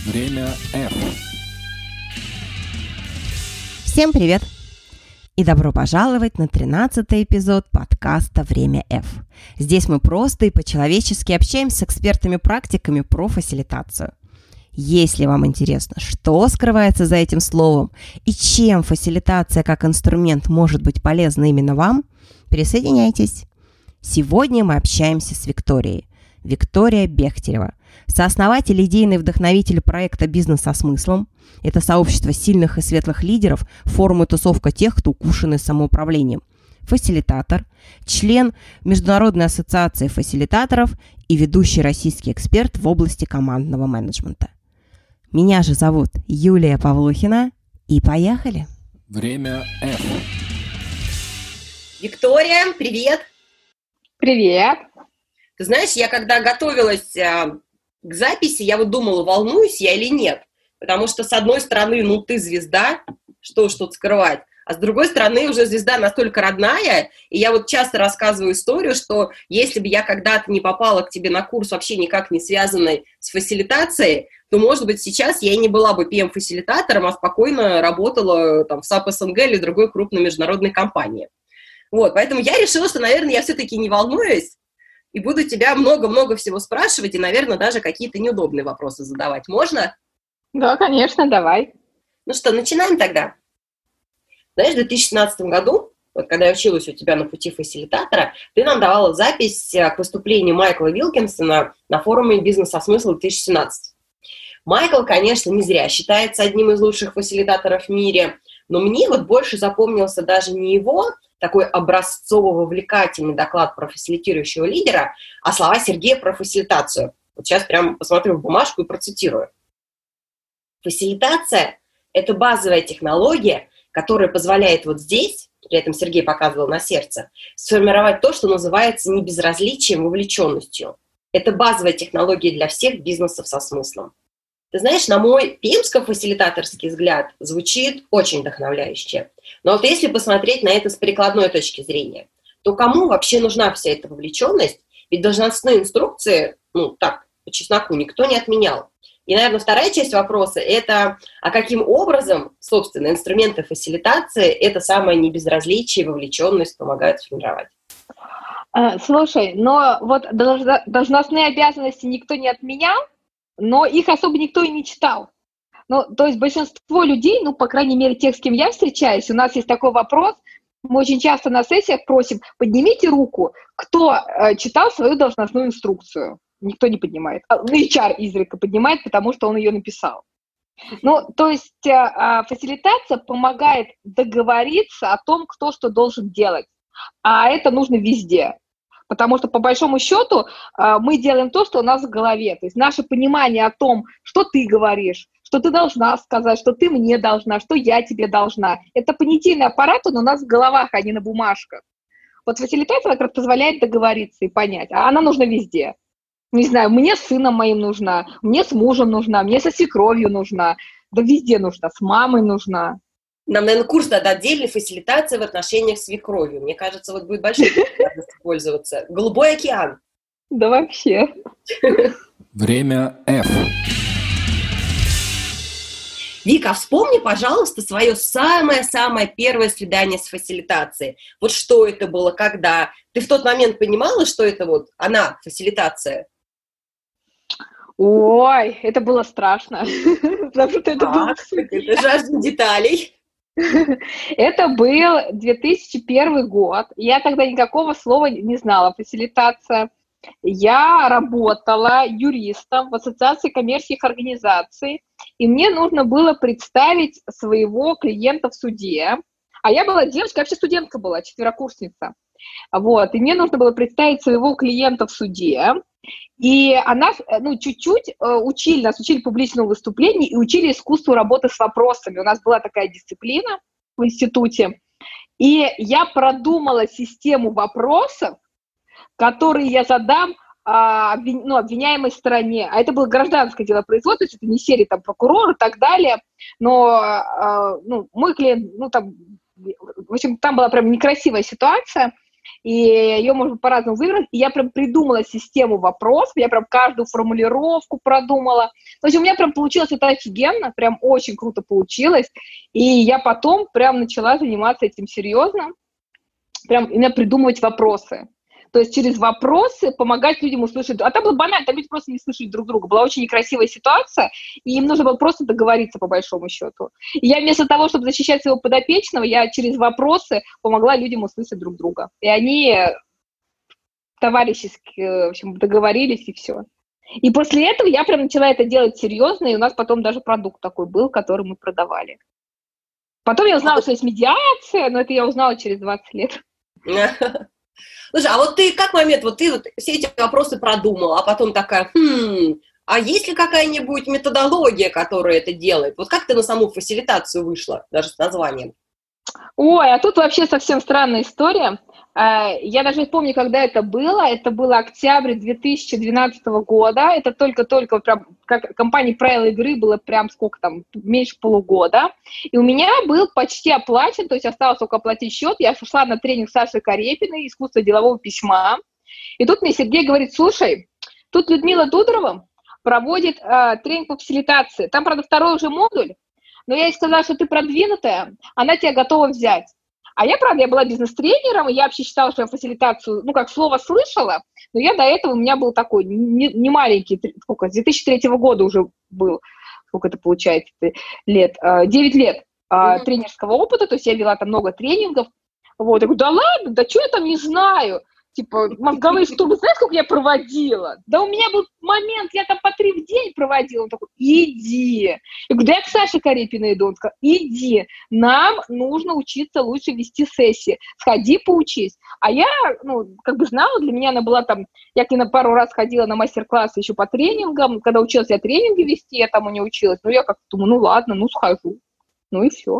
Время F. Всем привет! И добро пожаловать на 13-й эпизод подкаста «Время F». Здесь мы просто и по-человечески общаемся с экспертами-практиками про фасилитацию. Если вам интересно, что скрывается за этим словом и чем фасилитация как инструмент может быть полезна именно вам, присоединяйтесь. Сегодня мы общаемся с Викторией. Виктория Бехтерева, сооснователь и идейный вдохновитель проекта «Бизнес со смыслом». Это сообщество сильных и светлых лидеров, форум и тусовка тех, кто укушены самоуправлением. Фасилитатор, член Международной ассоциации фасилитаторов и ведущий российский эксперт в области командного менеджмента. Меня же зовут Юлия Павлухина, и поехали! Время F. Виктория, привет! Привет! Ты знаешь, я когда готовилась к записи, я вот думала, волнуюсь я или нет. Потому что, с одной стороны, ты звезда, что уж тут скрывать, а с другой стороны, уже звезда настолько родная, и я вот часто рассказываю историю, что если бы я когда-то не попала к тебе на курс, вообще никак не связанный с фасилитацией, то, может быть, сейчас я и не была бы PM-фасилитатором, а спокойно работала там в САП СНГ или другой крупной международной компании. Вот, поэтому я решила, что, наверное, я все-таки не волнуюсь, и буду тебя много-много всего спрашивать, и, наверное, даже какие-то неудобные вопросы задавать. Можно? Да, конечно, давай. Ну что, начинаем тогда. Знаешь, в 2017 году, вот когда я училась у тебя на пути фасилитатора, ты нам давала запись к выступлению Майкла Вилкинсона на форуме «Бизнес со смыслом» 2017. Майкл, конечно, не зря считается одним из лучших фасилитаторов в мире, но мне вот больше запомнился даже не его такой образцово-вовлекательный доклад про фасилитирующего лидера, а слова Сергея про фасилитацию. Вот сейчас прям посмотрю в бумажку и процитирую. Фасилитация – это базовая технология, которая позволяет вот здесь, при этом Сергей показывал на сердце, сформировать то, что называется не безразличием, вовлеченностью. Это базовая технология для всех бизнесов со смыслом. Ты знаешь, на мой PM-ско-фасилитаторский взгляд звучит очень вдохновляюще. Но вот если посмотреть на это с прикладной точки зрения, то кому вообще нужна вся эта вовлеченность? Ведь должностные инструкции, так, по чесноку, никто не отменял. И, наверное, вторая часть вопроса – это, а каким образом, собственно, инструменты фасилитации это самое небезразличие и вовлеченность помогают сформировать? Слушай, но вот должностные обязанности никто не отменял, но их особо никто и не читал. То есть большинство людей, по крайней мере, тех, с кем я встречаюсь, у нас есть такой вопрос, мы очень часто на сессиях просим, поднимите руку, кто читал свою должностную инструкцию. Никто не поднимает. HR изредка поднимает, потому что он ее написал. То есть фасилитация помогает договориться о том, кто что должен делать. А это нужно везде. Потому что, по большому счету, мы делаем то, что у нас в голове. То есть наше понимание о том, что ты говоришь, что ты должна сказать, что ты мне должна, что я тебе должна. Это понятийный аппарат, он у нас в головах, а не на бумажках. Вот фасилитация как раз позволяет договориться и понять. А она нужна везде. Не знаю, мне с сыном моим нужна, мне с мужем нужна, мне со свекровью нужна. Да везде нужна, с мамой нужна. Нам, наверное, курс надо отдельной фасилитации в отношениях с свекровью. Мне кажется, вот будет большой популярностью пользоваться. Голубой океан. Да вообще. Время F. Вика, вспомни, пожалуйста, свое самое-самое первое свидание с фасилитацией. Вот что это было, когда? Ты в тот момент понимала, что это вот она, фасилитация? Ой, это было страшно. Потому что это было... Это жажда деталей. Это был 2001 год. Я тогда никакого слова не знала. Фасилитация. Я работала юристом в Ассоциации коммерческих организаций, и мне нужно было представить своего клиента в суде. А я была девочка, вообще студентка была, четверокурсница. И мне нужно было представить своего клиента в суде. И она, чуть-чуть нас учили публичному выступлению и учили искусству работы с вопросами. У нас была такая дисциплина в институте. И я продумала систему вопросов, которые я задам обвиняемой стороне. А это было гражданское дело производства, то есть это не серия прокурор и так далее. Но мой клиент, в общем, там была прям некрасивая ситуация. и ее можно по-разному выбрать. И я прям придумала систему вопросов, я прям каждую формулировку продумала. То есть у меня прям получилось это офигенно, прям очень круто получилось. И я потом прям начала заниматься этим серьезно, прям именно придумывать вопросы. То есть через вопросы помогать людям услышать. А там было банально, там люди просто не слышали друг друга. Была очень некрасивая ситуация, и им нужно было просто договориться по большому счету. И я вместо того, чтобы защищать своего подопечного, я через вопросы помогла людям услышать друг друга. И они товарищески, в общем, договорились, и все. И после этого я прям начала это делать серьезно, и у нас потом даже продукт такой был, который мы продавали. Потом я узнала, что есть медиация, но это я узнала через 20 лет. Слушай, а вот ты как момент, вот ты вот все эти вопросы продумала, а потом такая, а есть ли какая-нибудь методология, которая это делает? Вот как ты на саму фасилитацию вышла, даже с названием? Ой, а тут вообще совсем странная история. Я даже не помню, когда это было октябрь 2012 года, это только-только прям, как компании «Правила игры» было прям сколько там, меньше полугода, и у меня был почти оплачен, то есть осталось только оплатить счет, я шла на тренинг Саши Карепиной «Искусство делового письма», и тут мне Сергей говорит: слушай, тут Людмила Дудорова проводит тренинг по фасилитации, там, правда, второй уже модуль, но я ей сказала, что ты продвинутая, она тебя готова взять. А я, правда, я была бизнес-тренером, и я вообще считала, что я фасилитацию, как слово слышала, но я до этого, у меня был такой не маленький, сколько, с 2003 года уже был, сколько это получается, лет, 9 лет тренерского опыта, то есть я вела там много тренингов, вот, я говорю, да ладно, да что я там не знаю, типа, мозговые штурмы, знаешь, сколько я проводила? Да у меня был момент, я там по 3 в день проводила. Он такой: иди. Я говорю, да я к Саше Карепиной иду. Он сказал: иди, нам нужно учиться лучше вести сессии. Сходи, поучись. А я, как бы знала, для меня она была там, я к ней на пару раз ходила на мастер-классы еще по тренингам. Когда училась я тренинги вести, я там у нее училась. Я как-то думаю, ладно, схожу. И все.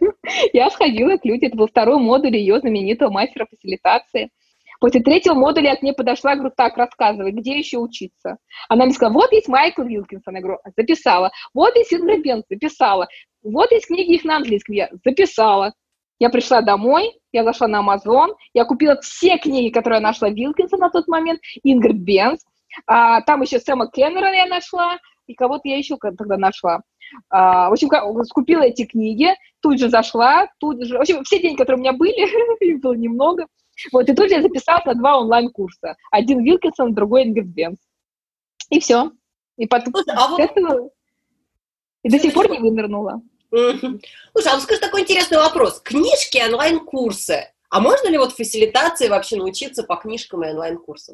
Я сходила к людям. Это был второй модуль ее знаменитого мастера фасилитации. После 3-го модуля я к ней подошла, говорю, так, рассказывай, где еще учиться? Она мне сказала, вот есть Майкл Вилкинсон, я говорю, записала. Вот есть Ингрид Бенц, записала. Вот есть книги их на английском, я записала. Я пришла домой, я зашла на Amazon, я купила все книги, которые я нашла Вилкинсона на тот момент, Ингрид Бенц, там еще Сэма Кэмерона я нашла, и кого-то я еще тогда нашла. В общем, купила эти книги, тут же зашла, в общем, все деньги, которые у меня были, их было немного. Вот, и тут я записалась на 2 онлайн-курса. Один Вилкинсон, другой Ингрид Бенц. И все. И потом этого... И до сих пор не вынырнула. Слушай, а вот скажи такой интересный вопрос. Книжки, онлайн-курсы. А можно ли вот фасилитации вообще научиться по книжкам и онлайн-курсам?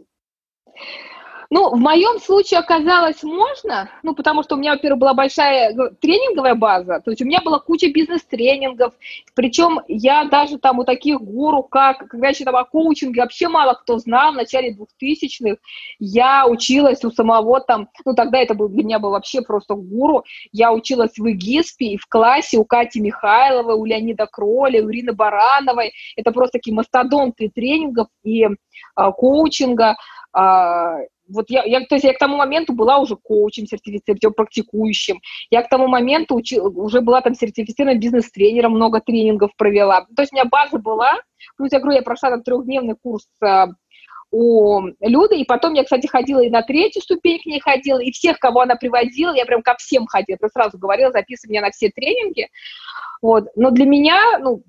В моем случае оказалось можно, потому что у меня, во-первых, была большая тренинговая база, то есть у меня была куча бизнес-тренингов, причем я даже там у таких гуру, когда еще там о коучинге вообще мало кто знал, в начале 2000-х, я училась у самого там, тогда это для меня был вообще просто гуру, я училась в ИГИСПе и в классе у Кати Михайловой, у Леонида Кроля, у Ирины Барановой, это просто такие мастодонты тренингов и коучинга. Вот я к тому моменту была уже коучем сертифицированным, практикующим. Я к тому моменту уже была там сертифицированным бизнес-тренером, много тренингов провела. То есть у меня база была. Плюс, я говорю, я прошла там 3-дневный курс у Люды, и потом я, кстати, ходила и на 3-ю ступень к ней ходила, и всех, кого она приводила, я прям ко всем ходила. Я сразу говорила, записывай меня на все тренинги. Вот. Но для меня,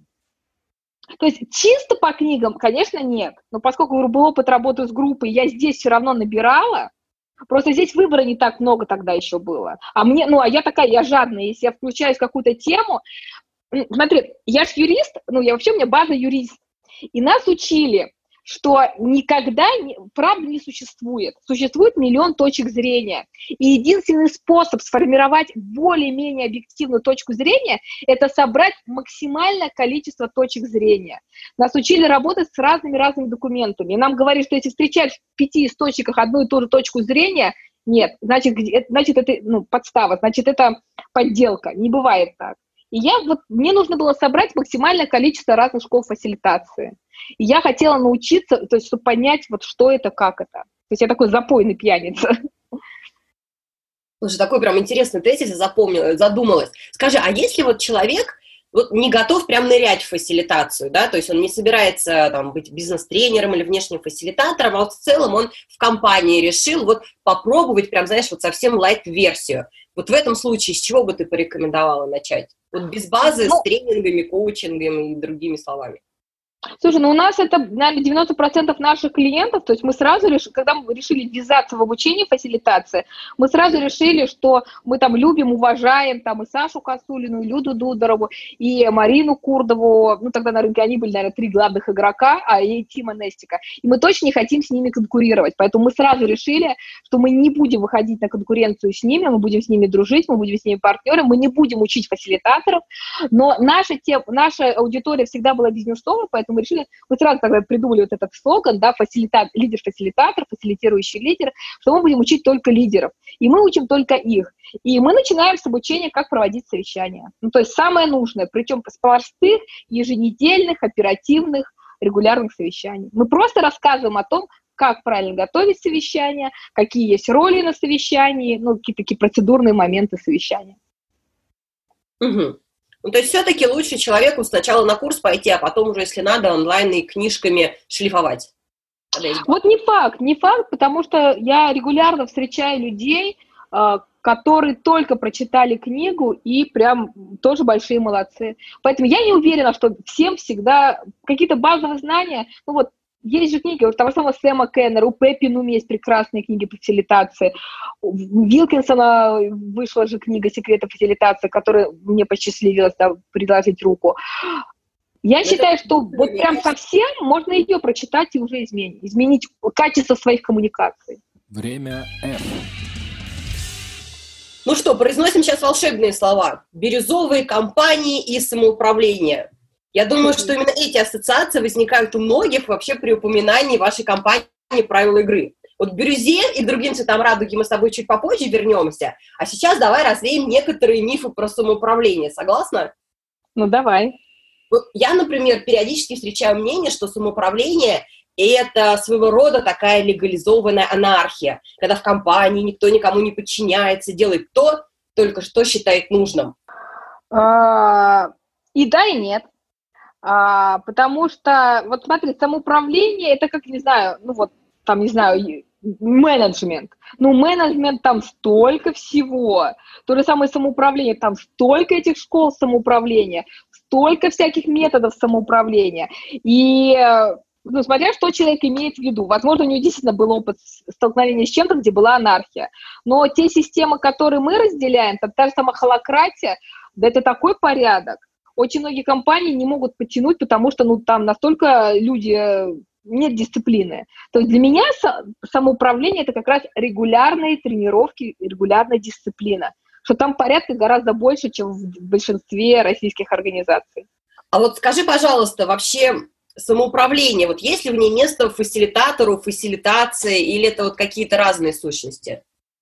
то есть чисто по книгам, конечно, нет. Но поскольку был опыт работы с группой, я здесь все равно набирала. Просто здесь выбора не так много тогда еще было. А я такая, я жадная. Если я включаюсь в какую-то тему... Смотри, я же юрист, у меня база юрист. И нас учили, что никогда правда не существует. Существует миллион точек зрения. И единственный способ сформировать более-менее объективную точку зрения – это собрать максимальное количество точек зрения. Нас учили работать с разными документами. И нам говорили, что если встречаешь в 5 источниках одну и ту же точку зрения, нет, значит это подстава, значит, это подделка. Не бывает так. И мне нужно было собрать максимальное количество разных школ фасилитации. И я хотела научиться, то есть, чтобы понять, что это, как это. То есть я такой запойный пьяница. Слушай, такой прям интересный тезис, я запомнила, задумалась. Скажи, а если человек вот не готов прям нырять в фасилитацию, да, то есть он не собирается там быть бизнес-тренером или внешним фасилитатором, а вот в целом он в компании решил вот попробовать прям, знаешь, вот совсем лайт-версию. Вот в этом случае с чего бы ты порекомендовала начать? Вот без базы, с тренингами, коучингом и другими словами. Слушай, ну у нас это, наверное, 90% наших клиентов, то есть мы сразу решили, когда мы решили ввязаться в обучение фасилитации, мы сразу решили, что мы там любим, уважаем там и Сашу Косулину, и Люду Дударову, и Марину Курдову, ну тогда на рынке они были, наверное, 3 главных игрока, и Тима Нестика, и мы точно не хотим с ними конкурировать, поэтому мы сразу решили, что мы не будем выходить на конкуренцию с ними, мы будем с ними дружить, мы будем с ними партнеры, мы не будем учить фасилитаторов, но наша аудитория всегда была бизнесовая, поэтому мы решили, мы сразу тогда придумали вот этот слоган, да, лидер-фасилитатор, фасилитирующий лидер, что мы будем учить только лидеров, и мы учим только их. И мы начинаем с обучения, как проводить совещания. Ну, то есть самое нужное, причем с простых, еженедельных, оперативных, регулярных совещаний. Мы просто рассказываем о том, как правильно готовить совещания, какие есть роли на совещании, ну, какие-то такие процедурные моменты совещания. Угу. Ну, то есть все-таки лучше человеку сначала на курс пойти, а потом уже, если надо, онлайн и книжками шлифовать. Вот не факт, потому что я регулярно встречаю людей, которые только прочитали книгу и прям тоже большие молодцы. Поэтому я не уверена, что всем всегда какие-то базовые знания, ну вот, есть же книги, у того самого Сэма Кеннера, у Пеппи Нуми есть прекрасные книги по фасилитации, у Вилкинсона вышла же книга «Секреты фасилитации», которой мне посчастливилось предложить руку. Я считаю, что вот прям совсем можно ее прочитать и уже изменить качество своих коммуникаций. Время F. Ну что, произносим сейчас волшебные слова. Бирюзовые компании и самоуправление. Я думаю, что именно эти ассоциации возникают у многих вообще при упоминании вашей компании правил игры. Вот к бирюзе и к другим цветам радуги мы с тобой чуть попозже вернемся, а сейчас давай развеем некоторые мифы про самоуправление. Согласна? Ну, давай. Вот я, например, периодически встречаю мнение, что самоуправление – это своего рода такая легализованная анархия, когда в компании никто никому не подчиняется, делает то, только что считает нужным. И да, и нет. Потому что, вот смотри, самоуправление – это как, не знаю, ну вот, там, не знаю, менеджмент. Ну, менеджмент там столько всего. То же самое самоуправление, там столько этих школ самоуправления, столько всяких методов самоуправления. И, ну, смотря что человек имеет в виду. Возможно, у него действительно был опыт столкновения с чем-то, где была анархия. Но те системы, которые мы разделяем, там та же самая холакратия, да это такой порядок. Очень многие компании не могут подтянуть, потому что, ну, там настолько люди, нет дисциплины. То есть для меня самоуправление – это как раз регулярные тренировки, регулярная дисциплина. Что там порядка гораздо больше, чем в большинстве российских организаций. А вот скажи, пожалуйста, вообще самоуправление, вот есть ли в ней место фасилитатору, фасилитации, или это вот какие-то разные сущности?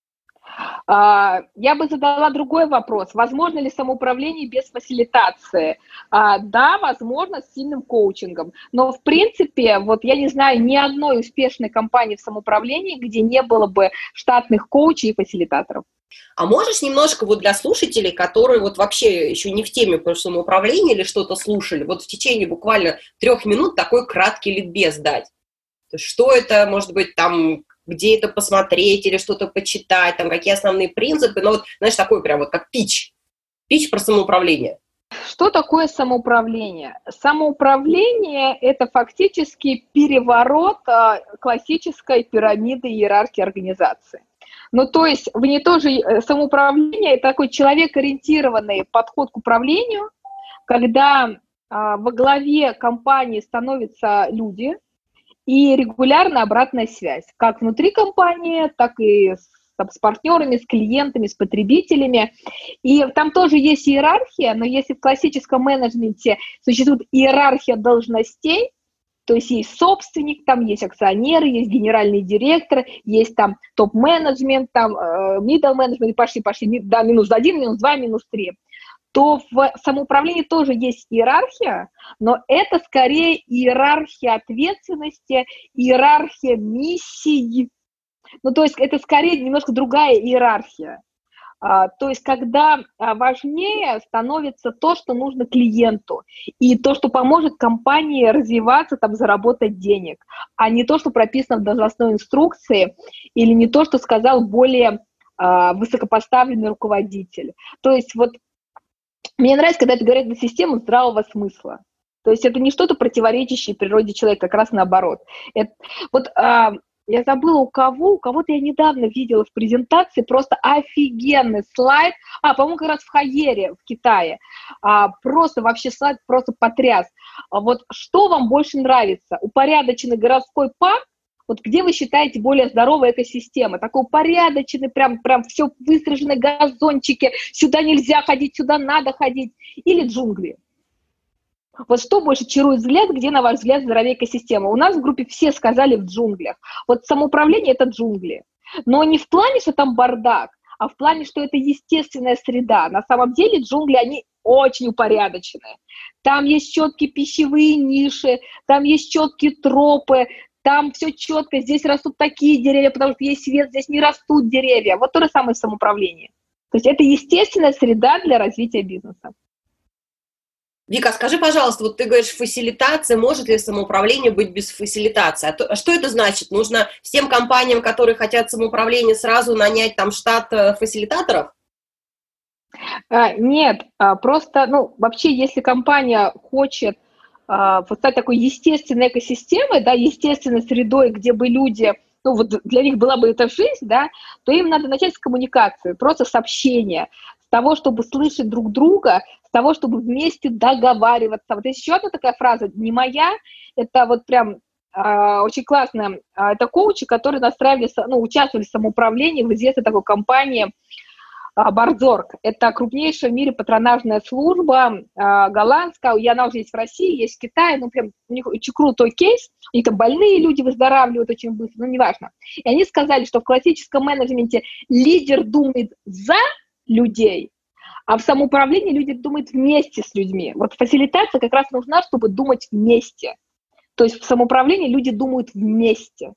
Я бы задала другой вопрос. Возможно ли самоуправление без фасилитации? Да, возможно, с сильным коучингом. Но, в принципе, вот я не знаю ни одной успешной компании в самоуправлении, где не было бы штатных коучей и фасилитаторов. А можешь немножко вот для слушателей, которые вот вообще еще не в теме про самоуправление или что-то слушали, вот в течение буквально 3 минут такой краткий ликбез дать? То есть что это, может быть, там, где это посмотреть или что-то почитать, там, какие основные принципы, ну вот, знаешь, такой прям вот как пич про самоуправление. Что такое самоуправление? Самоуправление – это фактически переворот классической пирамиды иерархии организации. Ну, то есть в ней тоже самоуправление – это такой человекоориентированный подход к управлению, когда во главе компании становятся люди и регулярная обратная связь, как внутри компании, так и с партнерами, с клиентами, с потребителями. И там тоже есть иерархия, но если в классическом менеджменте существует иерархия должностей, то есть есть собственник, там есть акционеры, есть генеральный директор, есть там топ-менеджмент, там middle менеджмент, пошли, да, -1, -2, -3, то в самоуправлении тоже есть иерархия, но это скорее иерархия ответственности, иерархия миссий. Ну, то есть это скорее немножко другая иерархия. То есть когда важнее становится то, что нужно клиенту, и то, что поможет компании развиваться, там, заработать денег, а не то, что прописано в должностной инструкции, или не то, что сказал более высокопоставленный руководитель. То есть вот мне нравится, когда это говорят на систему здравого смысла. То есть это не что-то противоречащее природе человека, как раз наоборот. Я забыла у кого-то я недавно видела в презентации просто офигенный слайд, по-моему, как раз в Хайере, в Китае, просто вообще слайд просто потряс. Вот что вам больше нравится? Упорядоченный городской парк, вот где вы считаете более здоровая экосистема? Такой упорядоченный, прям все выстриженные газончики, сюда нельзя ходить, сюда надо ходить, или джунгли? Вот что больше чарует взгляд, где, на ваш взгляд, здоровее экосистема? У нас в группе все сказали в джунглях. Вот самоуправление – это джунгли. Но не в плане, что там бардак, а в плане, что это естественная среда. На самом деле джунгли, они очень упорядоченные. Там есть четкие пищевые ниши, там есть четкие тропы, там все четко, здесь растут такие деревья, потому что есть свет, здесь не растут деревья. Вот то же самое самоуправление. То есть это естественная среда для развития бизнеса. Вика, скажи, пожалуйста, вот ты говоришь фасилитация, может ли самоуправление быть без фасилитации? А что это значит? Нужно всем компаниям, которые хотят самоуправления, сразу нанять там штат фасилитаторов? Нет, просто, вообще, если компания хочет стать такой естественной экосистемой, да, естественной средой, где бы люди, для них была бы эта жизнь, да, то им надо начать с коммуникации, просто с общения, с того, чтобы слышать друг друга, с того, чтобы вместе договариваться. Вот есть еще одна такая фраза, не моя, это вот прям очень классная, это коучи, которые участвовали в самоуправлении в известной такой компании Бардзорг. Это крупнейшая в мире патронажная служба голландская, и она уже есть в России, есть в Китае, прям у них очень крутой кейс, у них там больные люди выздоравливают очень быстро, неважно. И они сказали, что в классическом менеджменте лидер думает за людей, а в самоуправлении люди думают вместе с людьми. Вот фасилитация как раз нужна, чтобы думать вместе. То есть в самоуправлении люди думают вместе.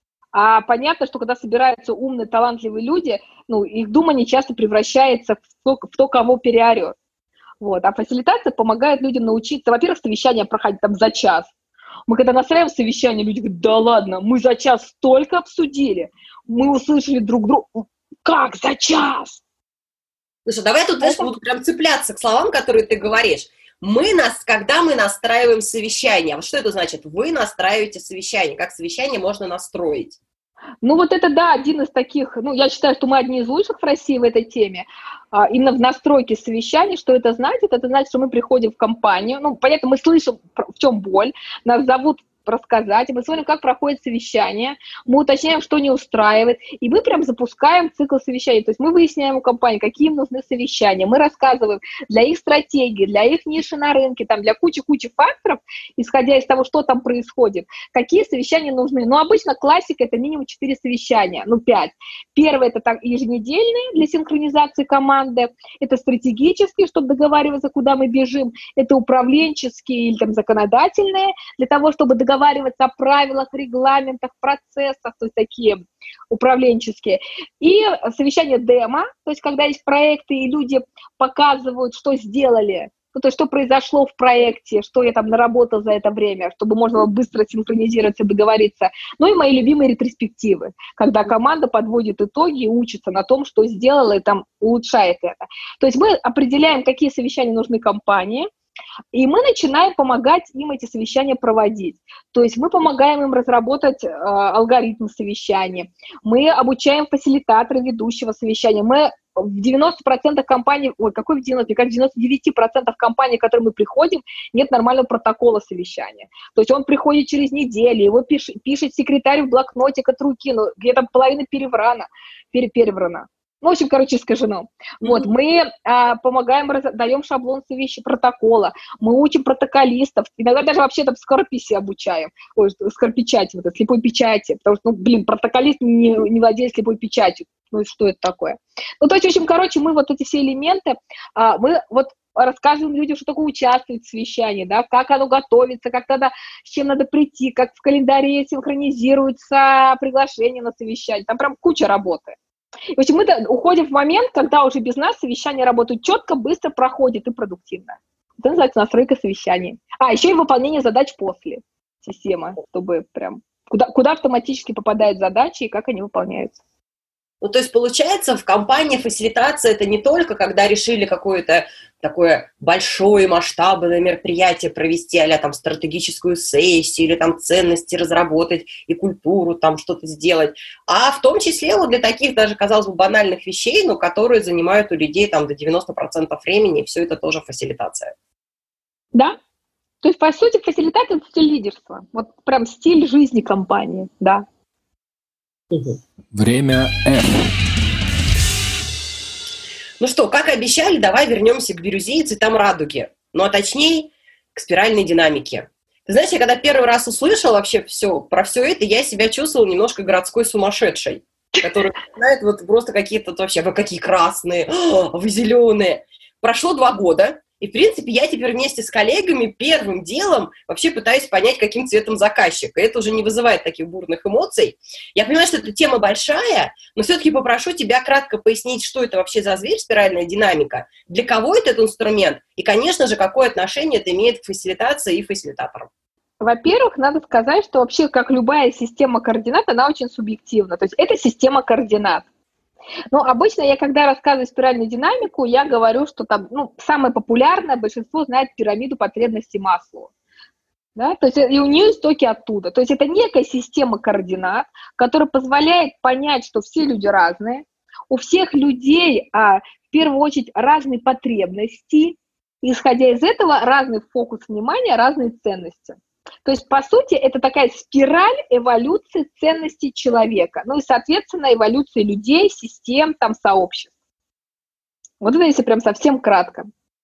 А понятно, что когда собираются умные, талантливые люди, их думание часто превращается в то, кого переорет. Вот. А фасилитация помогает людям научиться, во-первых, совещание проходить там за час. Мы когда настраиваем совещание, люди говорят, да ладно, мы за час столько обсудили, мы услышали друг друга. Как за час? Слушай, давай я тут, буду прям цепляться к словам, которые ты говоришь. Когда мы настраиваем совещание, вот что это значит? Вы настраиваете совещание. Как совещание можно настроить? Это, да, один из таких, я считаю, что мы одни из лучших в России в этой теме, именно в настройке совещаний. Что это значит? Это значит, что мы приходим в компанию, понятно, мы слышим, в чем боль, нас зовут рассказать, и мы смотрим, как проходит совещание, мы уточняем, что не устраивает, и мы прям запускаем цикл совещаний, то есть мы выясняем у компании, какие им нужны совещания, мы рассказываем для их стратегии, для их ниши на рынке, там, для кучи-кучи факторов, исходя из того, что там происходит, какие совещания нужны. Обычно классика – это минимум 4 совещания, 5. Первое – это так, еженедельные для синхронизации команды, это стратегические, чтобы договариваться, куда мы бежим, это управленческие или там законодательные, для того, чтобы договариваться о правилах, регламентах, процессах, то есть такие управленческие. И совещание демо, то есть когда есть проекты, и люди показывают, что сделали, то есть что произошло в проекте, что я там наработал за это время, чтобы можно было быстро синхронизироваться, договориться. И мои любимые ретроспективы, когда команда подводит итоги и учится на том, что сделала, и там улучшает это. То есть мы определяем, какие совещания нужны компании, и мы начинаем помогать им эти совещания проводить. То есть мы помогаем им разработать алгоритм совещания, мы обучаем фасилитатора ведущего совещания, мы в 90% компаний, какой в 90%, мне кажется, в 99% компаний, к которым мы приходим, нет нормального протокола совещания. То есть он приходит через неделю, его пишет секретарь в блокнотик от руки, где-то половина переврана. В общем, искажено. Мы помогаем, даем шаблон протокола, мы учим протоколистов, иногда даже вообще там скорописи обучаем, скоропечати, слепой печати, потому что, протоколист не владеет слепой печатью, что это такое? То есть, в общем, мы эти все элементы, мы рассказываем людям, что такое участвовать в совещании, да, как оно готовится, с чем надо прийти, как в календаре синхронизируется приглашение на совещание, там прям куча работы. В общем, мы уходим в момент, когда уже без нас совещания работают четко, быстро проходит и продуктивно. Это называется настройка совещаний. Еще и выполнение задач после системы, чтобы прям куда автоматически попадают задачи и как они выполняются. Ну, то есть, получается, в компании фасилитация это не только, когда решили какое-то такое большое масштабное мероприятие провести, а-ля там стратегическую сессию или там ценности разработать и культуру там что-то сделать, а в том числе вот для таких даже, казалось бы, банальных вещей, но которые занимают у людей там до 90% времени, и все это тоже фасилитация. Да. То есть, по сути, фасилитация – это стиль лидерства. Вот прям стиль жизни компании, да. Время F. Ну что, как и обещали, давай вернемся к бирюзе и цветам радуги. Ну, а точнее, к спиральной динамике. Ты знаешь, я когда первый раз услышала вообще про все это, я себя чувствовала немножко городской сумасшедшей, который знает вот просто какие-то вообще, вы какие красные, вы зеленые. Прошло 2 года, и, в принципе, я теперь вместе с коллегами первым делом вообще пытаюсь понять, каким цветом заказчик. И это уже не вызывает таких бурных эмоций. Я понимаю, что эта тема большая, но все-таки попрошу тебя кратко пояснить, что это вообще за зверь, спиральная динамика, для кого этот инструмент, и, конечно же, какое отношение это имеет к фасилитации и фасилитаторам. Во-первых, надо сказать, что вообще, как любая система координат, она очень субъективна. То есть это система координат. Но обычно я, когда рассказываю спиральную динамику, я говорю, что там, самое популярное, большинство знает пирамиду потребностей Маслоу. Да? То есть и у нее истоки оттуда. То есть это некая система координат, которая позволяет понять, что все люди разные, у всех людей, в первую очередь, разные потребности, и, исходя из этого, разный фокус внимания, разные ценности. То есть, по сути, это такая спираль эволюции ценностей человека, и, соответственно, эволюции людей, систем, сообществ. Вот это если прям совсем кратко.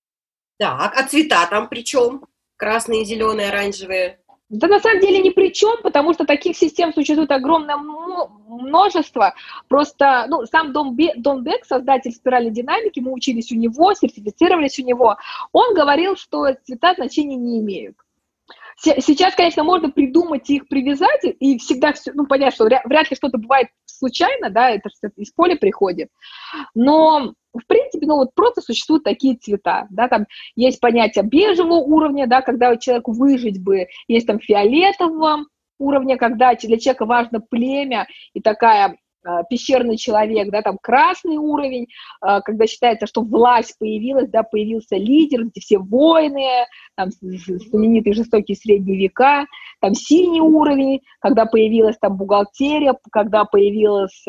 Так, а цвета там при чем? Красные, зеленые, оранжевые? Да на самом деле ни при чем, потому что таких систем существует огромное множество. Просто, сам Дон Бек, создатель спиральной динамики, мы учились у него, сертифицировались у него, он говорил, что цвета значения не имеют. Сейчас, конечно, можно придумать и их привязать, и всегда понять, что вряд ли что-то бывает случайно, да, это из поля приходит. Но, в принципе, просто существуют такие цвета, да, там есть понятие бежевого уровня, да, когда человеку выжить бы, есть там фиолетового уровня, когда для человека важно племя и такая пещерный человек, да, там красный уровень, когда считается, что власть появилась, да, появился лидер, где все воины, там знаменитые жестокие средние века, там синий уровень, когда появилась там бухгалтерия, когда появилось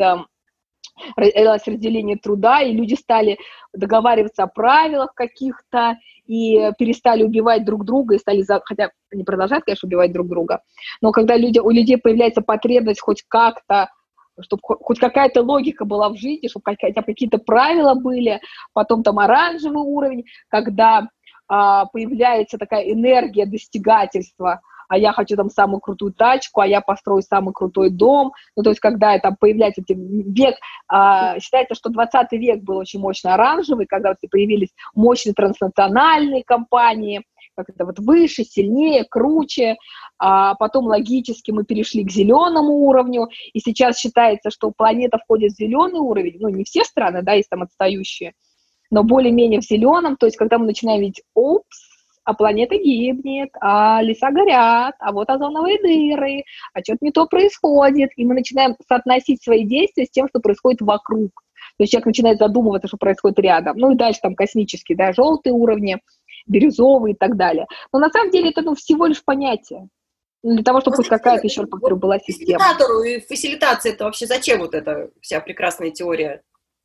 разделение труда, и люди стали договариваться о правилах каких-то, и перестали убивать друг друга, и стали, хотя они продолжают, конечно, убивать друг друга, но когда у людей появляется потребность хоть как-то, чтобы хоть какая-то логика была в жизни, чтобы хотя бы какие-то правила были, потом там оранжевый уровень, когда появляется такая энергия достигательства, а я хочу там самую крутую тачку, а я построю самый крутой дом, то есть когда там появляется век, считается, что 20 век был очень мощно оранжевый, когда появились мощные транснациональные компании, как это выше, сильнее, круче, а потом логически мы перешли к зеленому уровню, и сейчас считается, что планета входит в зеленый уровень, не все страны, да, есть там отстающие, но более-менее в зеленом, то есть когда мы начинаем видеть, а планета гибнет, а леса горят, а вот озоновые дыры, а что-то не то происходит, и мы начинаем соотносить свои действия с тем, что происходит вокруг. То есть человек начинает задумываться, что происходит рядом. И дальше там космические, да, желтые уровни, бирюзовые и так далее. Но на самом деле это всего лишь понятие. Для того, чтобы хоть какая-то, еще раз повторю, была система. Фасилитатору и фасилитации это вообще зачем вот эта вся прекрасная теория?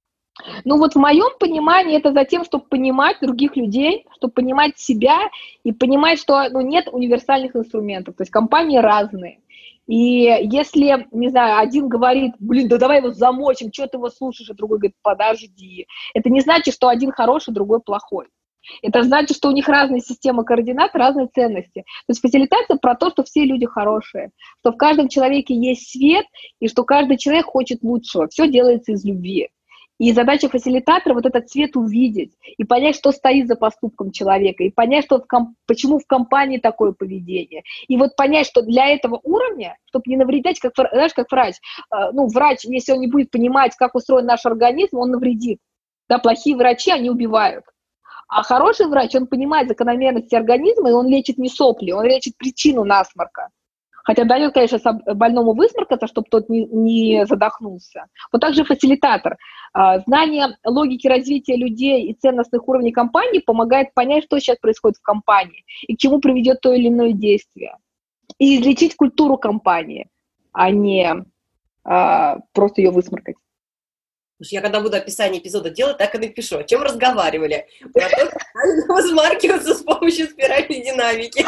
В моем понимании это за тем, чтобы понимать других людей, чтобы понимать себя и понимать, что нет универсальных инструментов. То есть компании разные. И если, не знаю, один говорит, да давай его замочим, что ты его слушаешь, а другой говорит, подожди. Это не значит, что один хороший, другой плохой. Это значит, что у них разные системы координат, разные ценности. То есть фасилитация про то, что все люди хорошие, что в каждом человеке есть свет, и что каждый человек хочет лучшего. Все делается из любви. И задача фасилитатора вот этот цвет увидеть и понять, что стоит за поступком человека, и понять, что почему в компании такое поведение. И вот понять, что для этого уровня, чтобы не навредить, как врач, врач, если он не будет понимать, как устроен наш организм, он навредит. Да, плохие врачи, они убивают. А хороший врач, он понимает закономерности организма, и он лечит не сопли, он лечит причину насморка. Хотя дает, конечно, больному высморкаться, чтобы тот не задохнулся. Вот так же фасилитатор. Знание логики развития людей и ценностных уровней компании помогает понять, что сейчас происходит в компании и к чему приведет то или иное действие. И излечить культуру компании, а не просто ее высморкать. Я когда буду описание эпизода делать, так и напишу. О чем разговаривали? Про то, как правильно высмаркиваться с помощью спиральной динамики.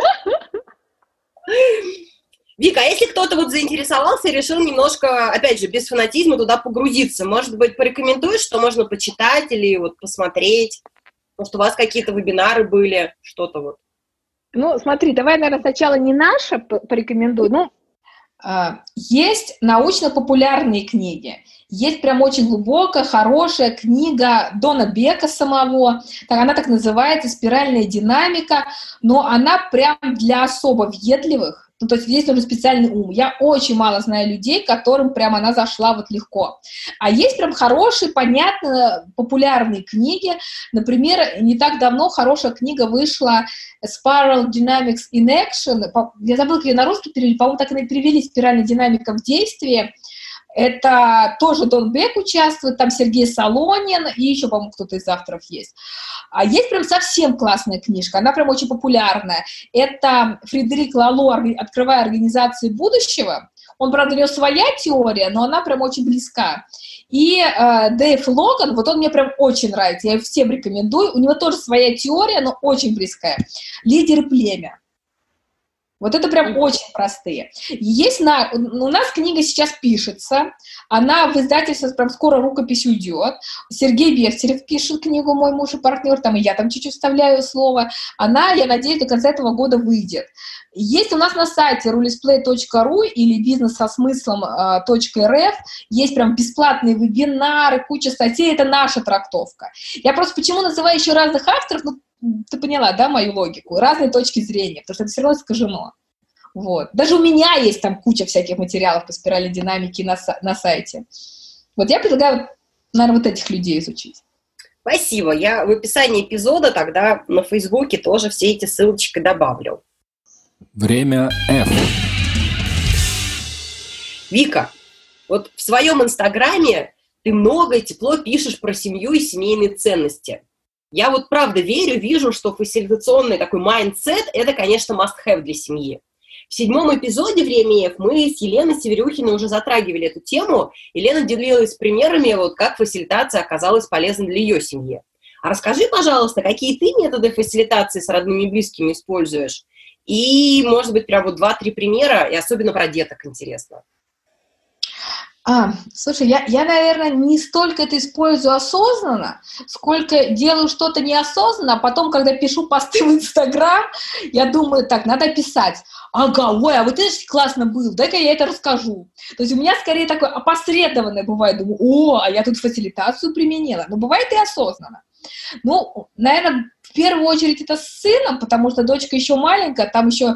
Вика, а если кто-то вот заинтересовался и решил немножко, опять же, без фанатизма туда погрузиться, может быть, порекомендуешь, что можно почитать или вот посмотреть? Может, у вас какие-то вебинары были, что-то вот? Ну, смотри, давай, наверное, сначала не наше порекомендую. Есть научно-популярные книги. Есть прям очень глубокая, хорошая книга Дона Бека самого. Она так называется «Спиральная динамика», но она прям для особо въедливых. То есть здесь нужен специальный ум. Я очень мало знаю людей, которым прям она зашла вот легко. А есть прям хорошие, понятные, популярные книги. Например, не так давно хорошая книга вышла «Spiral Dynamics in Action». Я забыла, как ее на русский перевели. По-моему, так и перевели «Спиральная динамика в действии». Это тоже Дон Бек участвует, там Сергей Солонин и еще, по-моему, кто-то из авторов есть. А есть прям совсем классная книжка, она прям очень популярная. Это Фредерик Лало «Открывая организации будущего». Он, правда, у него своя теория, но она прям очень близка. И Дэйв Логан, вот он мне прям очень нравится, я его всем рекомендую. У него тоже своя теория, но очень близкая. «Лидеры племя». Вот это прям очень простые. У нас книга сейчас пишется, она в издательстве прям скоро рукопись уйдет. Сергей Бехтерев пишет книгу, мой муж и партнер, там и я там чуть-чуть вставляю слово. Она, я надеюсь, до конца этого года выйдет. Есть у нас на сайте rulisplay.ru или бизнес-со-смыслом.рф, есть прям бесплатные вебинары, куча статей, это наша трактовка. Я просто почему называю еще разных авторов, ты поняла, да, мою логику? Разные точки зрения, потому что это все равно искажено. Вот. Даже у меня есть там куча всяких материалов по спирали динамики на сайте. Вот я предлагаю, наверное, вот этих людей изучить. Спасибо. Я в описании эпизода тогда на Фейсбуке тоже все эти ссылочки добавлю. Время F. Вика, вот в своем Инстаграме ты много и тепло пишешь про семью и семейные ценности. Я вот правда вижу, что фасилитационный такой майндсет – это, конечно, must-have для семьи. В 7-м эпизоде «Время F» мы с Еленой Северюхиной уже затрагивали эту тему. Елена делилась примерами, вот как фасилитация оказалась полезной для ее семьи. А расскажи, пожалуйста, какие ты методы фасилитации с родными и близкими используешь? И, может быть, прям вот 2-3 примера, и особенно про деток интересно. Слушай, я, наверное, не столько это использую осознанно, сколько делаю что-то неосознанно, а потом, когда пишу посты в Инстаграм, я думаю, так, надо писать. Ага, ой, а вот это классно было, дай-ка я это расскажу. То есть у меня скорее такое опосредованное бывает, думаю, а я тут фасилитацию применила. Но бывает и осознанно. Ну, наверное, в первую очередь это с сыном, потому что дочка еще маленькая, там еще...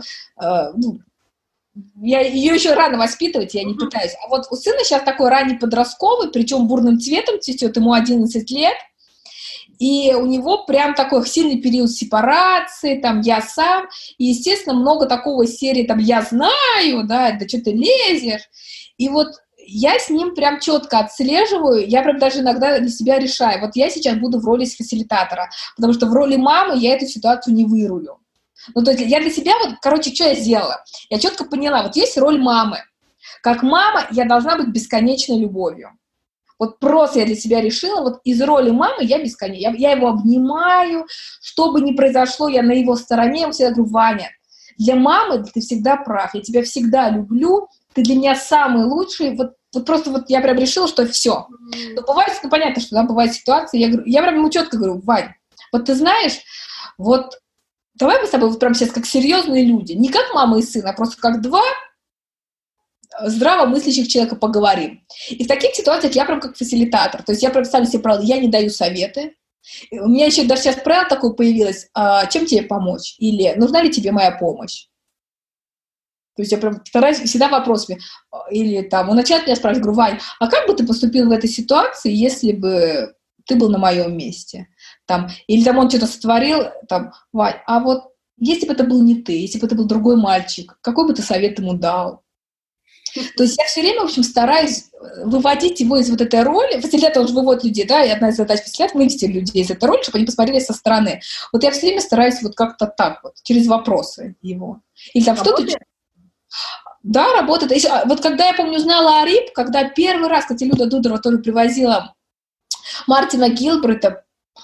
ее еще рано воспитывать, я не пытаюсь. А вот у сына сейчас такой ранний подростковый, причем бурным цветом цветет, ему 11 лет, и у него прям такой сильный период сепарации, там, я сам, и, естественно, много такого из серии, там, я знаю, да что ты лезешь, и вот я с ним прям четко отслеживаю, я прям даже иногда для себя решаю, вот я сейчас буду в роли фасилитатора, потому что в роли мамы я эту ситуацию не вырулю. Ну, то есть я для себя, что я сделала? Я четко поняла, вот есть роль мамы. Как мама я должна быть бесконечной любовью. Вот просто я для себя решила, вот из роли мамы я бесконечна. Я его обнимаю, что бы ни произошло, я на его стороне, я всегда говорю, Ваня, для мамы ты всегда прав, я тебя всегда люблю, ты для меня самый лучший, вот просто я прям решила, что все. Но бывает, понятно, что бывают ситуации, я прям ему четко говорю, Вань, вот ты знаешь, вот давай мы с тобой прямо сейчас как серьезные люди, не как мама и сын, а просто как два здравомыслящих человека поговорим. И в таких ситуациях я прям как фасилитатор. То есть я прям ставлю себе правило, я не даю советы. У меня еще даже сейчас правило такое появилось, чем тебе помочь? Или нужна ли тебе моя помощь? То есть я прям стараюсь всегда вопросами. Или там, он начинает меня спрашивать, говорю, Вань, а как бы ты поступил в этой ситуации, если бы ты был на моем месте? Там, или там он что-то сотворил, там, Вань, а вот если бы это был не ты, если бы это был другой мальчик, какой бы ты совет ему дал? То есть я все время, в общем, стараюсь выводить его из вот этой роли. Фасилитатор, он же выводит людей, да, и одна из задач фасилитатора — вывести людей из этой роли, чтобы они посмотрели со стороны. Вот я все время стараюсь вот как-то так вот, через вопросы его. Или там что-то... Да, работает. Вот когда я, помню, узнала о РИП, когда первый раз, кстати, Люда Дудова тоже привозила Мартина Гилберта,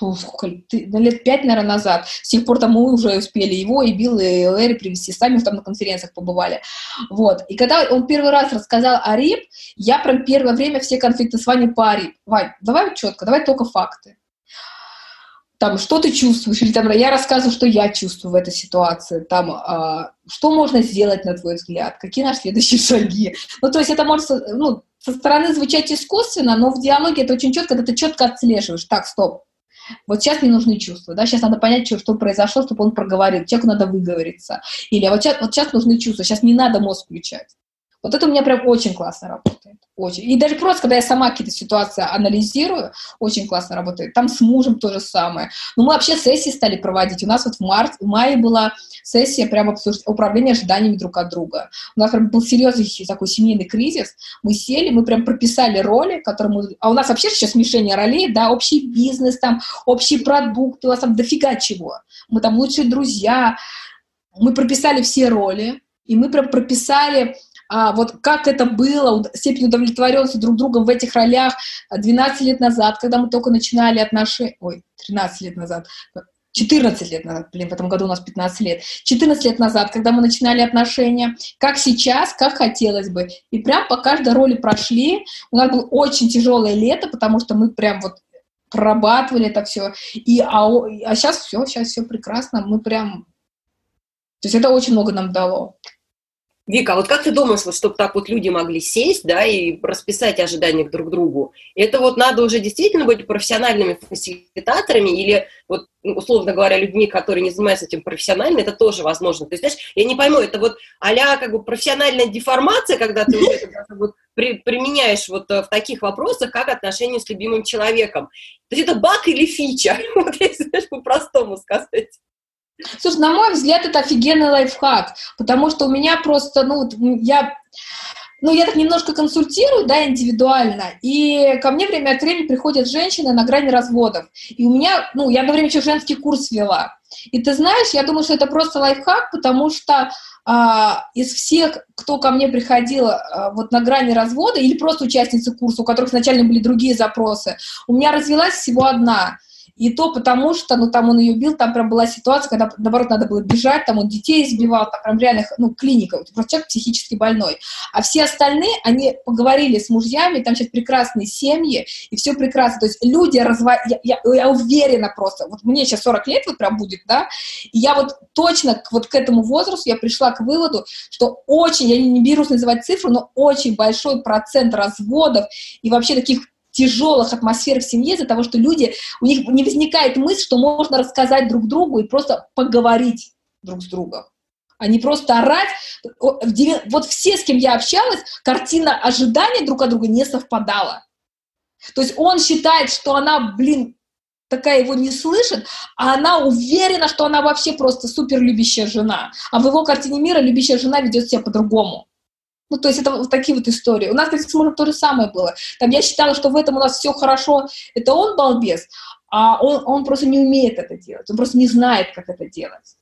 лет 5, наверное, назад. С тех пор там мы уже успели его и Билл, и Лэри привезти. Сами там на конференциях побывали. Вот. И когда он первый раз рассказал о РИП, я прям первое время все конфликты с Ваней по РИП. Вань, давай четко, давай только факты. Там, что ты чувствуешь? Или там, я рассказываю, что я чувствую в этой ситуации. Там, что можно сделать, на твой взгляд? Какие наши следующие шаги? Ну, то есть это может, ну, со стороны звучать искусственно, но в диалоге это очень четко, когда ты четко отслеживаешь. Так, стоп. Вот сейчас мне нужны чувства, да, сейчас надо понять, что произошло, чтобы он проговорил, человеку надо выговориться. Или вот сейчас нужны чувства, сейчас не надо мозг включать. Вот это у меня прям очень классно работает. Очень. И даже просто, когда я сама какие-то ситуации анализирую, очень классно работает. Там с мужем то же самое. Но мы вообще сессии стали проводить. У нас вот в мае была сессия прямо управления ожиданиями друг от друга. У нас прям был серьезный такой семейный кризис. Мы сели, мы прям прописали роли, которые мы... А у нас вообще сейчас смешение ролей, да, общий бизнес, там, общий продукт, у нас там дофига чего. Мы там лучшие друзья. Мы прописали все роли, и мы прям прописали... вот как это было, степень удовлетворенности друг другом в этих ролях 12 лет назад, когда мы только начинали отношения... 13 лет назад. 14 лет назад, в этом году у нас 15 лет. 14 лет назад, когда мы начинали отношения. Как сейчас, как хотелось бы. И прям по каждой роли прошли. У нас было очень тяжелое лето, потому что мы прям вот прорабатывали это все. Сейчас все прекрасно. Мы прям... То есть это очень много нам дало. Вика, а вот как ты думаешь, вот, чтобы так вот люди могли сесть, да, и расписать ожидания друг к другу, это вот надо уже действительно быть профессиональными фасилитаторами или, вот, условно говоря, людьми, которые не занимаются этим профессионально, это тоже возможно. То есть, знаешь, я не пойму, это вот а-ля как бы профессиональная деформация, когда ты уже это вот применяешь вот в таких вопросах, как отношения с любимым человеком. То есть это баг или фича? Вот если, знаешь, по-простому сказать. Слушай, на мой взгляд, это офигенный лайфхак, потому что у меня просто, я так немножко консультирую, да, индивидуально, и ко мне время от времени приходят женщины на грани разводов, и у меня, я на время еще женский курс вела, и ты знаешь, я думаю, что это просто лайфхак, потому что из всех, кто ко мне приходил вот на грани развода, или просто участницы курса, у которых изначально были другие запросы, у меня развелась всего одна. И то потому, что, там он ее бил, там прям была ситуация, когда, наоборот, надо было бежать, там он детей избивал, там прям реально, клиника, просто человек психически больной. А все остальные, они поговорили с мужьями, там сейчас прекрасные семьи, и все прекрасно. То есть люди я уверена просто, вот мне сейчас 40 лет вот прям будет, да, и я вот точно вот к этому возрасту я пришла к выводу, что очень, я не берусь называть цифру, но очень большой процент разводов и вообще таких тяжелых атмосфер в семье из-за того, что люди, у них не возникает мысль, что можно рассказать друг другу и просто поговорить друг с другом, а не просто орать. Вот все, с кем я общалась, картина ожидания друг от друга не совпадала. То есть он считает, что она, такая его не слышит, а она уверена, что она вообще просто супер любящая жена. А в его картине мира любящая жена ведет себя по-другому. То есть это вот такие вот истории. У нас, кстати, с мужем то же самое было. Там я считала, что в этом у нас все хорошо. Это он балбес, а он просто не умеет это делать. Он просто не знает, как это делать.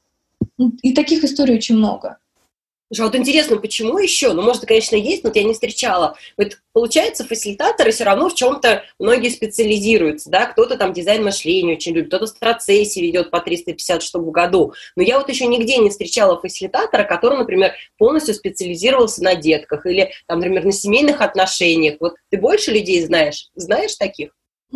И таких историй очень много. Слушай, вот интересно, почему еще? Может, конечно, есть, но я не встречала. Вот получается, фасилитаторы все равно в чем-то многие специализируются, да, кто-то там дизайн мышления очень любит, кто-то страцессии ведет по 350 штук в году. Но я вот еще нигде не встречала фасилитатора, который, например, полностью специализировался на детках или, там, например, на семейных отношениях. Вот ты больше людей знаешь? Знаешь таких?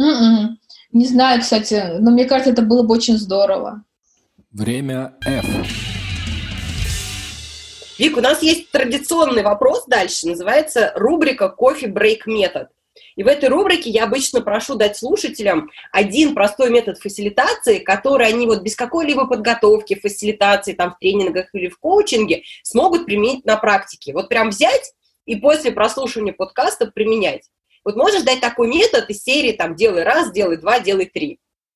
Не знаю, кстати, но мне кажется, это было бы очень здорово. Время F. Вик, у нас есть традиционный вопрос дальше, называется рубрика «Кофе-брейк-метод». И в этой рубрике я обычно прошу дать слушателям один простой метод фасилитации, который они вот без какой-либо подготовки, фасилитации, там, в тренингах или в коучинге смогут применить на практике. Вот прям взять и после прослушивания подкаста применять. Вот можешь дать такой метод из серии, там, делай раз, делай два, делай три?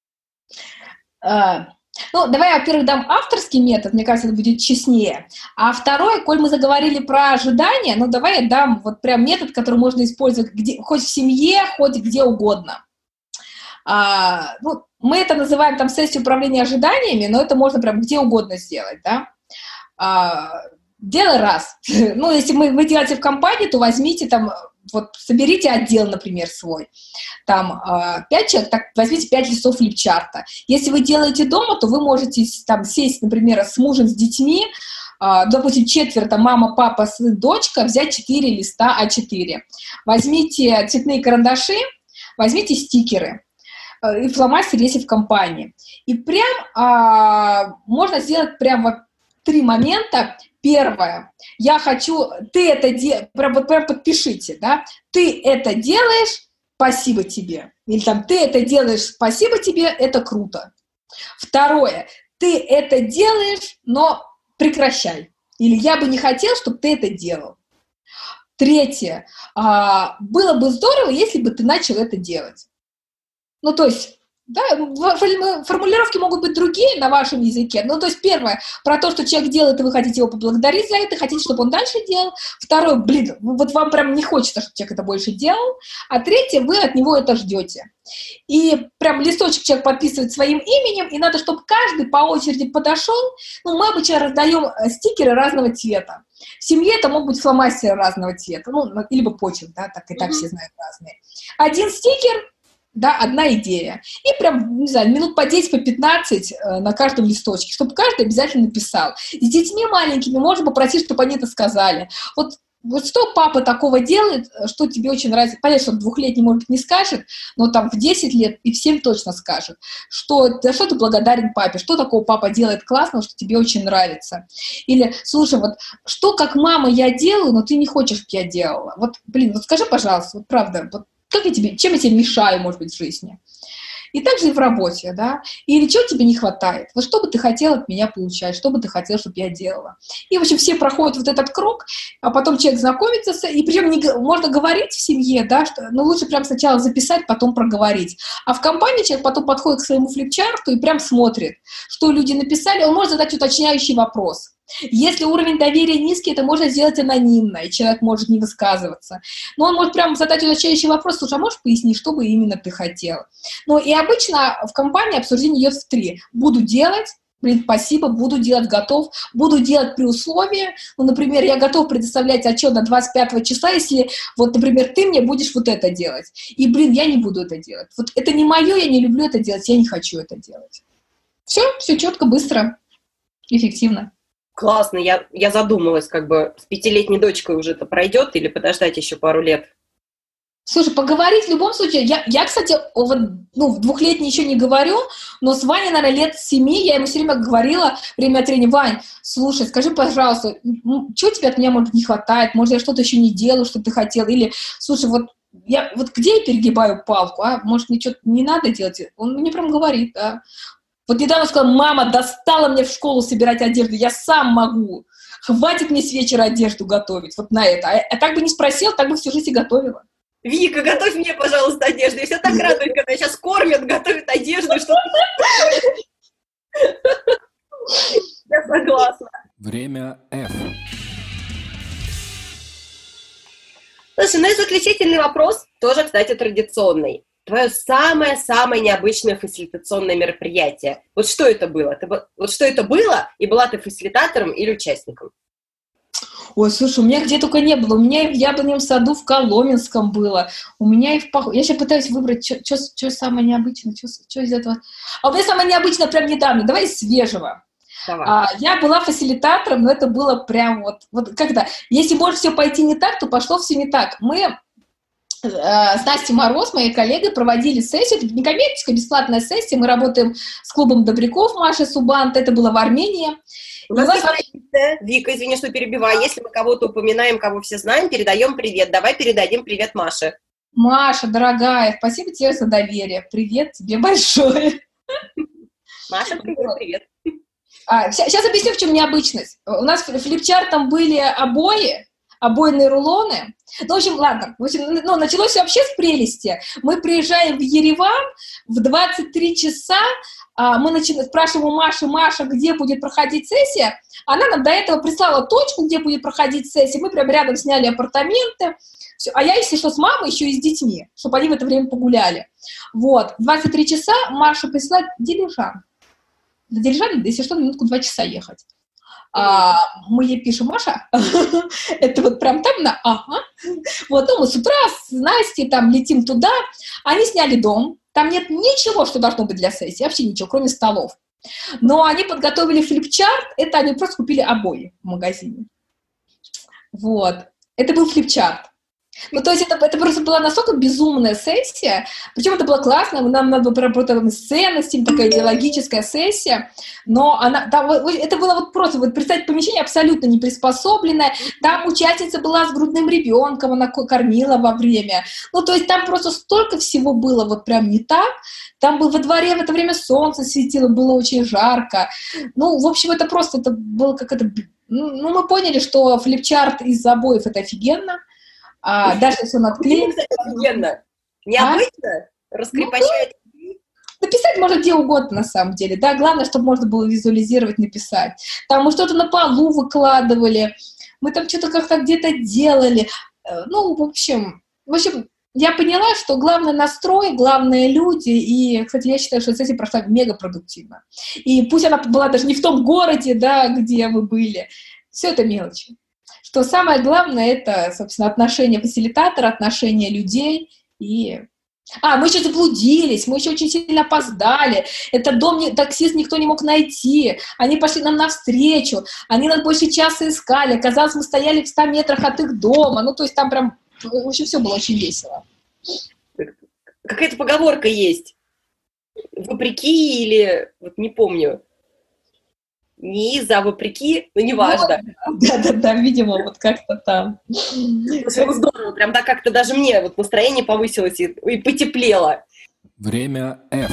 Ну, давай я, во-первых, дам авторский метод, мне кажется, это будет честнее. А второй, коль мы заговорили про ожидания, ну, давай я дам вот прям метод, который можно использовать хоть в семье, хоть где угодно. Ну, мы это называем там сессию управления ожиданиями, но это можно прям где угодно сделать, да. Делай раз. Ну, если вы делаете в компании, то возьмите там, вот соберите отдел, например, свой. Там 5 человек, так возьмите 5 листов флипчарта. Если вы делаете дома, то вы можете там сесть, например, с мужем, с детьми, допустим, 4, мама, папа, сын, дочка, взять 4 листа А4. Возьмите цветные карандаши, возьмите стикеры и фломастер, если в компании. И прям можно сделать прям 3 момента. Первое, я хочу, ты это делаешь, прям подпишите, да, ты это делаешь, спасибо тебе. Или там, ты это делаешь, спасибо тебе, это круто. Второе, ты это делаешь, но прекращай. Или я бы не хотел, чтобы ты это делал. Третье, было бы здорово, если бы ты начал это делать. Ну, то есть, да, формулировки могут быть другие на вашем языке. Ну, то есть, первое, про то, что человек делает, и вы хотите его поблагодарить за это, хотите, чтобы он дальше делал. Второе, вот вам прям не хочется, чтобы человек это больше делал. А третье, вы от него это ждете. И прям листочек человек подписывает своим именем, и надо, чтобы каждый по очереди подошел. Ну, мы обычно раздаем стикеры разного цвета. В семье это могут быть фломастеры разного цвета, ну, либо почерк, да, так и так все знают разные. Один стикер, да, одна идея. И прям, не знаю, минут по 10, по 15 на каждом листочке, чтобы каждый обязательно написал. С детьми маленькими можно попросить, чтобы они это сказали. Вот что папа такого делает, что тебе очень нравится. Понятно, что 2-летний, может быть, не скажет, но там в 10 лет и в 7 точно скажет, за что ты благодарен папе, что такого папа делает классного, что тебе очень нравится. Или, слушай, вот что как мама я делаю, но ты не хочешь, чтобы я делала. Вот, блин, вот скажи, пожалуйста, вот правда, вот чем я тебе мешаю, может быть, в жизни? И также и в работе, да? Или чего тебе не хватает? Вот что бы ты хотел от меня получать, что бы ты хотел, чтобы я делала? И, в общем, все проходят вот этот круг, а потом человек знакомится, и причем можно говорить в семье, да, но лучше прям сначала записать, потом проговорить. А в компании человек потом подходит к своему флипчарту и прям смотрит, что люди написали, он может задать уточняющий вопрос. Если уровень доверия низкий, это можно сделать анонимно, и человек может не высказываться. Но он может прямо задать уточняющий вопрос: слушай, а можешь пояснить, что бы именно ты хотел? Ну и обычно в компании обсуждение идет в 3. Буду делать, спасибо, буду делать, готов, буду делать при условии, ну, например, я готов предоставлять отчет до 25 числа, если, вот, например, ты мне будешь вот это делать. И, я не буду это делать. Вот это не мое, я не люблю это делать, я не хочу это делать. Все четко, быстро, эффективно. Классно, я задумалась, как бы с 5-летней дочкой уже это пройдет или подождать еще пару лет? Слушай, поговорить в любом случае, я кстати, в 2-летней еще не говорю, но с Ваней, наверное, лет 7, я ему все время говорила время от времени: Вань, слушай, скажи, пожалуйста, чего тебе от меня, может, не хватает, может, я что-то еще не делаю, что ты хотел, или, слушай, вот где я перегибаю палку, может, мне что-то не надо делать? Он мне прям говорит, да. Вот недавно сказал: мама, достала мне в школу собирать одежду, я сам могу. Хватит мне с вечера одежду готовить, вот на это. А так бы не спросил, так бы всю жизнь и готовила. Вика, готовь мне, пожалуйста, одежду. Я все так радуюсь, когда сейчас кормят, готовят одежду. Что... Я согласна. Время F. Слушай, ну и заключительный вопрос, тоже, кстати, традиционный. Твое самое-самое необычное фасилитационное мероприятие. Вот что это было? Вот что это было, и была ты фасилитатором или участником? Ой, слушай, у меня где только не было. У меня и в Яблоневом саду в Коломенском было. У меня и в Я сейчас пытаюсь выбрать, что самое необычное, что из этого. А у меня самое необычное прям недавно. Давай из свежего. Давай. Я была фасилитатором, но это было прям вот когда. Если может все пойти не так, то пошло все не так. Мы с Настей Мороз, моей коллегой, проводили сессию. Это не коммерческая, бесплатная сессия. Мы работаем с клубом добряков Маши Субант. Это было в Армении. У нас есть традиция. Вика, извини, что перебиваю. Если мы кого-то упоминаем, кого все знаем, передаем привет. Давай передадим привет Маше. Маша, дорогая, спасибо тебе за доверие. Привет тебе большое. Маша, привет. Сейчас объясню, в чем необычность. У нас флипчартом были обойные рулоны. Ну, в общем, ладно. Началось все вообще с прелести. Мы приезжаем в Ереван в 23 часа. Мы спрашиваем у Маши: Маша, где будет проходить сессия? Она нам до этого прислала точку, где будет проходить сессия. Мы прям рядом сняли апартаменты. Все. А я, если что, с мамой еще и с детьми, чтобы они в это время погуляли. Вот. 23 часа Маша присылает дилижанс. На дилижансе, если что, на минутку 2 часа ехать. Мы ей пишем: Маша, это вот прям там Вот, мы с утра с Настей там летим туда. Они сняли дом. Там нет ничего, что должно быть для сессии. Вообще ничего, кроме столов. Но они подготовили флипчарт. Это они просто купили обои в магазине. Вот. Это был флипчарт. Ну, то есть это просто была настолько безумная сессия, причем это было классно, нам надо было проработать сцену, с ним такая идеологическая сессия, но это было вот просто, вот представьте, помещение абсолютно не приспособленное, там участница была с грудным ребенком, она кормила во время, ну, то есть там просто столько всего было вот прям не так, там во дворе в это время солнце светило, было очень жарко, ну, в общем, это было как это, ну, мы поняли, что флипчарт из обоев — это офигенно. Даже если он отклеен. Офигенно. Необычно? Раскрепощает. Написать можно где угодно, на самом деле. Да, главное, чтобы можно было визуализировать, написать. Там мы что-то на полу выкладывали, мы там что-то как-то где-то делали. Ну, в общем, я поняла, что главное настрой, главное люди. И, кстати, я считаю, что сессия прошла мега продуктивно. И пусть она была даже не в том городе, да, где мы были. Все это мелочи. Что самое главное — это, собственно, отношения фасилитатора, отношения людей. Мы еще заблудились, мы еще очень сильно опоздали. Этот дом таксист никто не мог найти. Они пошли нам навстречу. Они нас больше часа искали. Оказалось, мы стояли в 100 метрах от их дома. Ну, то есть там прям, в общем, все было очень весело. Какая-то поговорка есть. Вопреки или, вот не помню. Не из-за вопреки, но неважно. Да, видимо, вот как-то там. Здорово, прям да, как-то даже мне вот настроение повысилось и потеплело. Время F.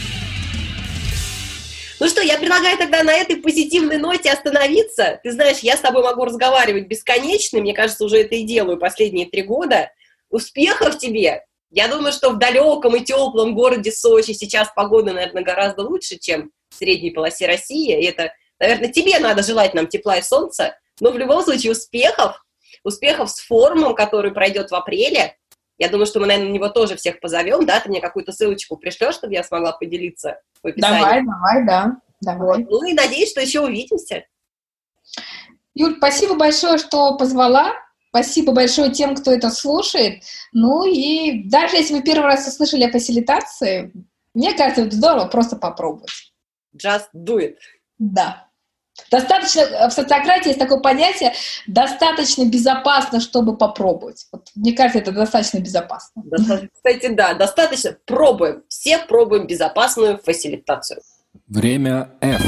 Ну что, я предлагаю тогда на этой позитивной ноте остановиться. Ты знаешь, я с тобой могу разговаривать бесконечно, мне кажется, уже это и делаю последние 3 года. Успехов тебе! Я думаю, что в далеком и теплом городе Сочи сейчас погода, наверное, гораздо лучше, чем в средней полосе России, и это, наверное, тебе надо желать нам тепла и солнца, но в любом случае успехов с форумом, который пройдет в апреле. Я думаю, что мы, наверное, на него тоже всех позовем, да? Ты мне какую-то ссылочку пришлешь, чтобы я смогла поделиться в описании. Давай. Вот. Ну и надеюсь, что еще увидимся. Юль, спасибо большое, что позвала. Спасибо большое тем, кто это слушает. Ну и даже если вы первый раз услышали о фасилитации, мне кажется, это здорово просто попробовать. Just do it. Да. Достаточно, в социократии есть такое понятие, достаточно безопасно, чтобы попробовать. Вот, мне кажется, это достаточно безопасно. Кстати, да, достаточно. Пробуем. Все пробуем безопасную фасилитацию. Время F.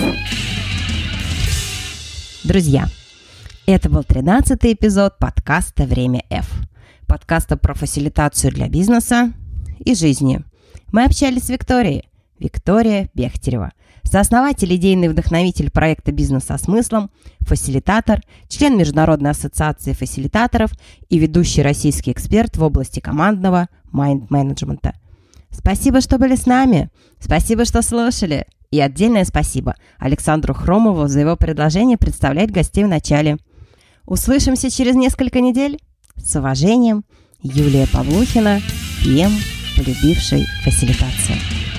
Друзья, это был 13-й эпизод подкаста «Время F». Подкаста про фасилитацию для бизнеса и жизни. Мы общались с Викторией. Виктория Бехтерева, сооснователь, идейный вдохновитель проекта «Бизнес со смыслом», фасилитатор, член Международной ассоциации фасилитаторов и ведущий российский эксперт в области командного майнд-менеджмента. Спасибо, что были с нами. Спасибо, что слушали. И отдельное спасибо Александру Хромову за его предложение представлять гостей в начале. Услышимся через несколько недель. С уважением, Юлия Павлухина, ПМ, полюбившей фасилитацию.